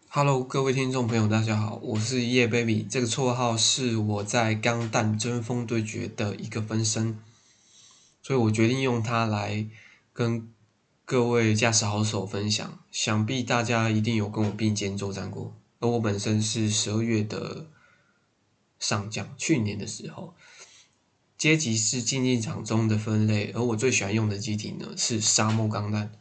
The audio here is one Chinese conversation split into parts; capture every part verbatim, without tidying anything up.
Hello，各位听众朋友，大家好，我是叶 baby，这个绰号是我在钢弹针锋对决的一个分身，所以我决定用它来跟各位驾驶好手分享。想必大家一定有跟我并肩作战过，而我本身是十二月的上将，去年的时候，阶级是竞技场中的分类，而我最喜欢用的机体呢是沙漠钢弹。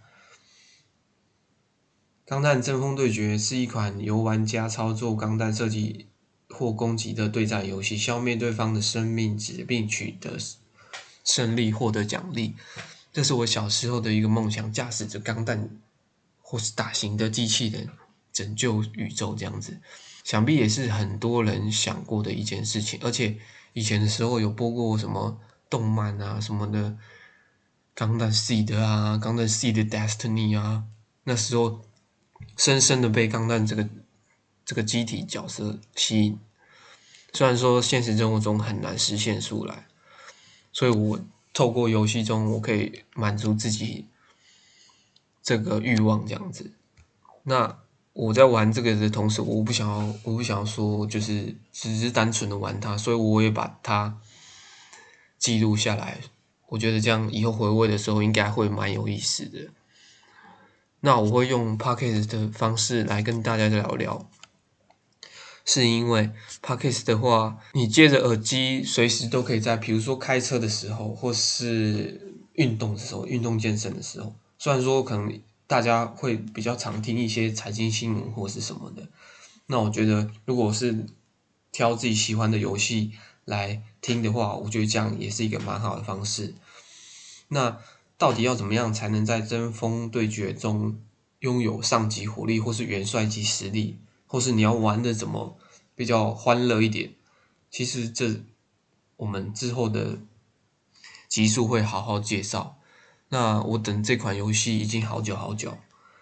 钢弹针锋对决是一款由玩家操作钢弹射击或攻击的对战游戏，消灭对方的生命值并取得胜利，获得奖励。这是我小时候的一个梦想，驾驶着钢弹或是大型的机器人拯救宇宙这样子。想必也是很多人想过的一件事情，而且以前的时候有播过什么动漫啊什么的，钢弹 Seed 啊，钢弹 Seed Destiny 啊，那时候深深的被钢弹这个这个机体角色吸引。虽然说现实生活中很难实现出来，所以我透过游戏中我可以满足自己这个欲望这样子。那我在玩这个的同时，我不想要，我不想要说就是只是单纯的玩它，所以我也把它记录下来。我觉得这样以后回味的时候应该会蛮有意思的。那我会用 Podcast 的方式来跟大家聊聊，是因为 Podcast 的话，你接着耳机随时都可以在，比如说开车的时候，或是运动的时候，运动健身的时候，虽然说可能大家会比较常听一些财经新闻或是什么的，那我觉得如果是挑自己喜欢的游戏来听的话，我觉得这样也是一个蛮好的方式。那到底要怎么样才能在针锋对决中拥有上级火力，或是元帅级实力，或是你要玩的怎么比较欢乐一点？其实这我们之后的集数会好好介绍。那我等这款游戏已经好久好久，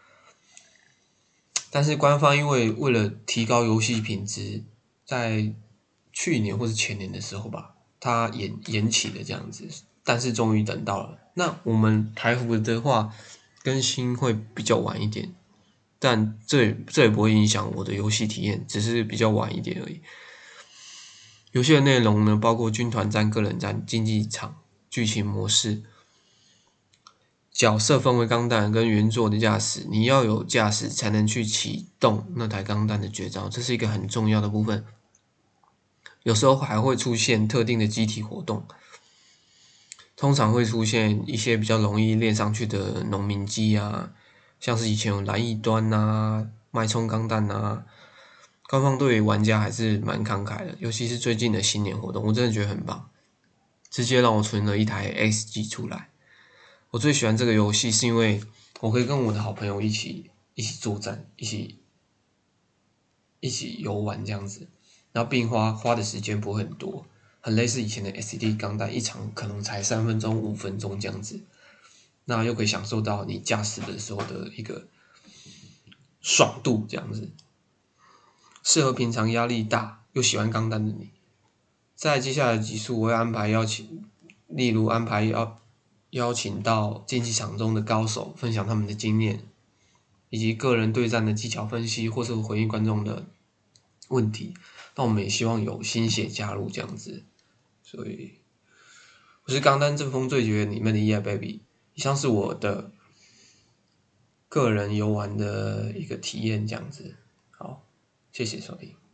但是官方因为为了提高游戏品质，在去年或是前年的时候吧，它延延期了这样子，但是终于等到了。那我们台服的话，更新会比较晚一点，但这也这也不会影响我的游戏体验，只是比较晚一点而已。游戏的内容呢，包括军团战、个人战、竞技场、剧情模式。角色分为钢弹跟原作的驾驶，你要有驾驶才能去启动那台钢弹的绝招，这是一个很重要的部分。有时候还会出现特定的机体活动，通常会出现一些比较容易练上去的农民机啊，像是以前有蓝翼端啊、脉冲钢弹啊，官方对玩家还是蛮慷慨的，尤其是最近的新年活动，我真的觉得很棒，直接让我存了一台 X 机出来。我最喜欢这个游戏是因为我可以跟我的好朋友一起一起作战，一起一起游玩这样子，然后并花花的时间不会很多，很类似以前的 S D 钢弹，一场可能才三分钟、五分钟这样子，那又可以享受到你驾驶的时候的一个爽度这样子，适合平常压力大又喜欢钢弹的你。在接下来的集数，我会安排邀请，例如安排邀邀请到竞技场中的高手分享他们的经验，以及个人对战的技巧分析，或是回应观众的问题。那我们也希望有新血加入这样子。所以，我是钢弹阵锋对决里面的 Yeah Baby， 以上是我的个人游玩的一个体验这样子。好，谢谢收听。